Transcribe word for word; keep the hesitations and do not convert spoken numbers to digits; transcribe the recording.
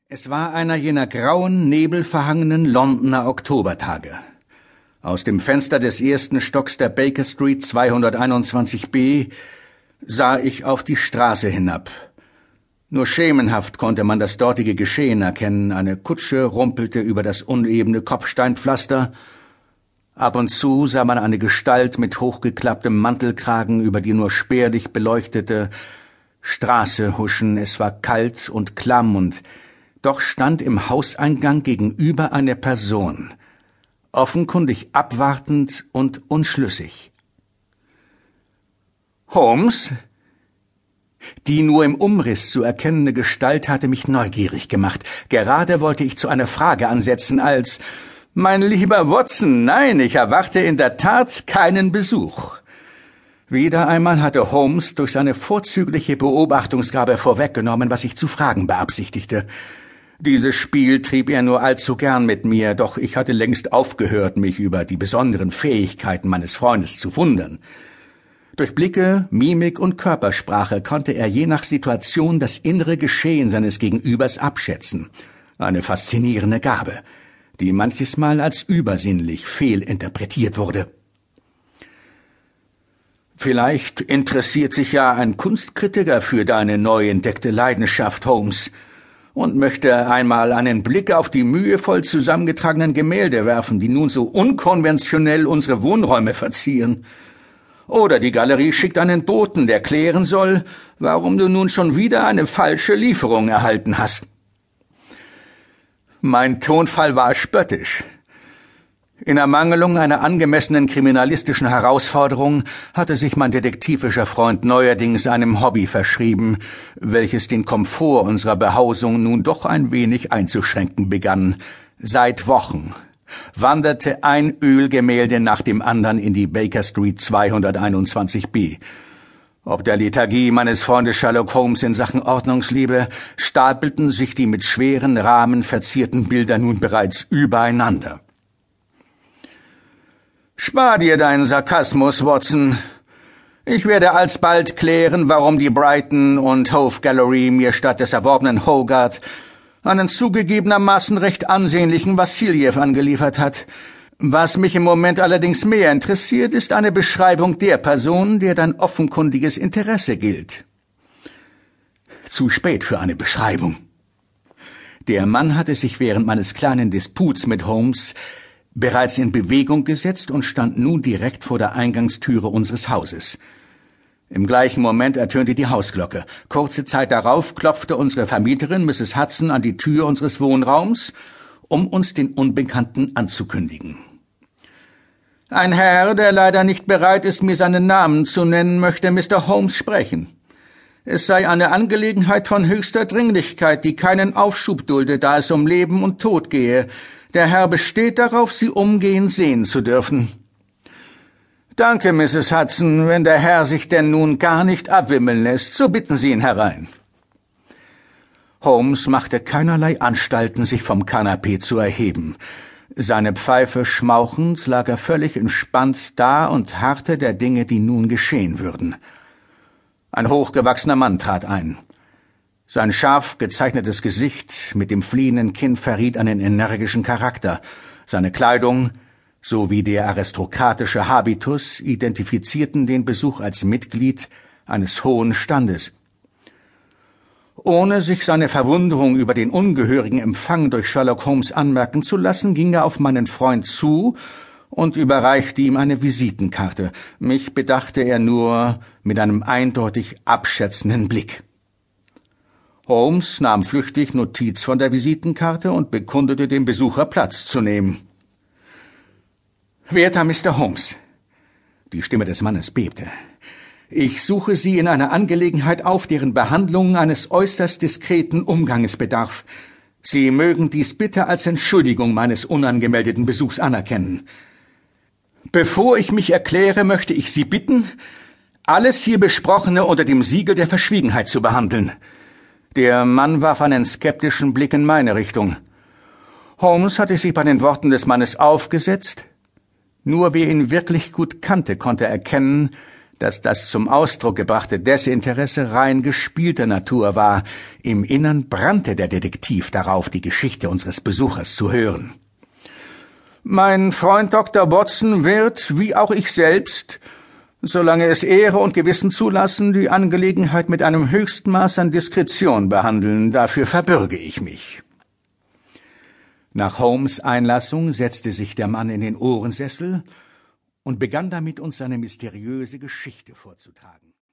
Es war einer jener grauen, nebelverhangenen Londoner Oktobertage. Aus dem Fenster des ersten Stocks der Baker Street zweihunderteinundzwanzig b sah ich auf die Straße hinab. Nur schemenhaft konnte man das dortige Geschehen erkennen. Eine Kutsche rumpelte über das unebene Kopfsteinpflaster. Ab und zu sah man eine Gestalt mit hochgeklapptem Mantelkragen über die nur spärlich beleuchtete Straße huschen. Es war kalt und klamm, und doch stand im Hauseingang gegenüber eine Person, offenkundig abwartend und unschlüssig. Holmes? Die nur im Umriss zu erkennende Gestalt hatte mich neugierig gemacht. Gerade wollte ich zu einer Frage ansetzen, als »Mein lieber Watson, nein, ich erwarte in der Tat keinen Besuch.« Wieder einmal hatte Holmes durch seine vorzügliche Beobachtungsgabe vorweggenommen, was ich zu fragen beabsichtigte. Dieses Spiel trieb er nur allzu gern mit mir, doch ich hatte längst aufgehört, mich über die besonderen Fähigkeiten meines Freundes zu wundern. Durch Blicke, Mimik und Körpersprache konnte er je nach Situation das innere Geschehen seines Gegenübers abschätzen. Eine faszinierende Gabe, die manches Mal als übersinnlich fehlinterpretiert wurde. »Vielleicht interessiert sich ja ein Kunstkritiker für deine neu entdeckte Leidenschaft, Holmes, und möchte einmal einen Blick auf die mühevoll zusammengetragenen Gemälde werfen, die nun so unkonventionell unsere Wohnräume verzieren. Oder die Galerie schickt einen Boten, der klären soll, warum du nun schon wieder eine falsche Lieferung erhalten hast.« Mein Tonfall war spöttisch. In Ermangelung einer angemessenen kriminalistischen Herausforderung hatte sich mein detektivischer Freund neuerdings einem Hobby verschrieben, welches den Komfort unserer Behausung nun doch ein wenig einzuschränken begann. Seit Wochen wanderte ein Ölgemälde nach dem anderen in die Baker Street zweihunderteinundzwanzig b. Ob der Lethargie meines Freundes Sherlock Holmes in Sachen Ordnungsliebe stapelten sich die mit schweren Rahmen verzierten Bilder nun bereits übereinander. »Spar dir deinen Sarkasmus, Watson. Ich werde alsbald klären, warum die Brighton und Hove Gallery mir statt des erworbenen Hogarth einen zugegebenermaßen recht ansehnlichen Wassiljew angeliefert hat. Was mich im Moment allerdings mehr interessiert, ist eine Beschreibung der Person, der dein offenkundiges Interesse gilt.« Zu spät für eine Beschreibung. Der Mann hatte sich während meines kleinen Disputs mit Holmes bereits in Bewegung gesetzt und stand nun direkt vor der Eingangstüre unseres Hauses. Im gleichen Moment ertönte die Hausglocke. Kurze Zeit darauf klopfte unsere Vermieterin, Misses Hudson, an die Tür unseres Wohnraums, um uns den Unbekannten anzukündigen. »Ein Herr, der leider nicht bereit ist, mir seinen Namen zu nennen, möchte Mister Holmes sprechen. Es sei eine Angelegenheit von höchster Dringlichkeit, die keinen Aufschub dulde, da es um Leben und Tod gehe. Der Herr besteht darauf, Sie umgehend sehen zu dürfen.« »Danke, Misses Hudson. Wenn der Herr sich denn nun gar nicht abwimmeln lässt, so bitten Sie ihn herein.« Holmes machte keinerlei Anstalten, sich vom Kanapee zu erheben. Seine Pfeife schmauchend lag er völlig entspannt da und harrte der Dinge, die nun geschehen würden. Ein hochgewachsener Mann trat ein. Sein scharf gezeichnetes Gesicht mit dem fliehenden Kinn verriet einen energischen Charakter. Seine Kleidung sowie der aristokratische Habitus identifizierten den Besuch als Mitglied eines hohen Standes. Ohne sich seine Verwunderung über den ungehörigen Empfang durch Sherlock Holmes anmerken zu lassen, ging er auf meinen Freund zu und überreichte ihm eine Visitenkarte. Mich bedachte er nur mit einem eindeutig abschätzenden Blick. Holmes nahm flüchtig Notiz von der Visitenkarte und bekundete dem Besucher, Platz zu nehmen. »Werter Mister Holmes«, die Stimme des Mannes bebte, »ich suche Sie in einer Angelegenheit auf, deren Behandlung eines äußerst diskreten Umganges bedarf. Sie mögen dies bitte als Entschuldigung meines unangemeldeten Besuchs anerkennen. Bevor ich mich erkläre, möchte ich Sie bitten, alles hier Besprochene unter dem Siegel der Verschwiegenheit zu behandeln.« Der Mann warf einen skeptischen Blick in meine Richtung. Holmes hatte sich bei den Worten des Mannes aufgesetzt. Nur wer ihn wirklich gut kannte, konnte erkennen, dass das zum Ausdruck gebrachte Desinteresse rein gespielter Natur war. Im Innern brannte der Detektiv darauf, die Geschichte unseres Besuchers zu hören. »Mein Freund Doktor Watson wird, wie auch ich selbst, solange es Ehre und Gewissen zulassen, die Angelegenheit mit einem höchsten Maß an Diskretion behandeln. Dafür verbürge ich mich.« Nach Holmes' Einlassung setzte sich der Mann in den Ohrensessel und begann damit, uns seine mysteriöse Geschichte vorzutragen.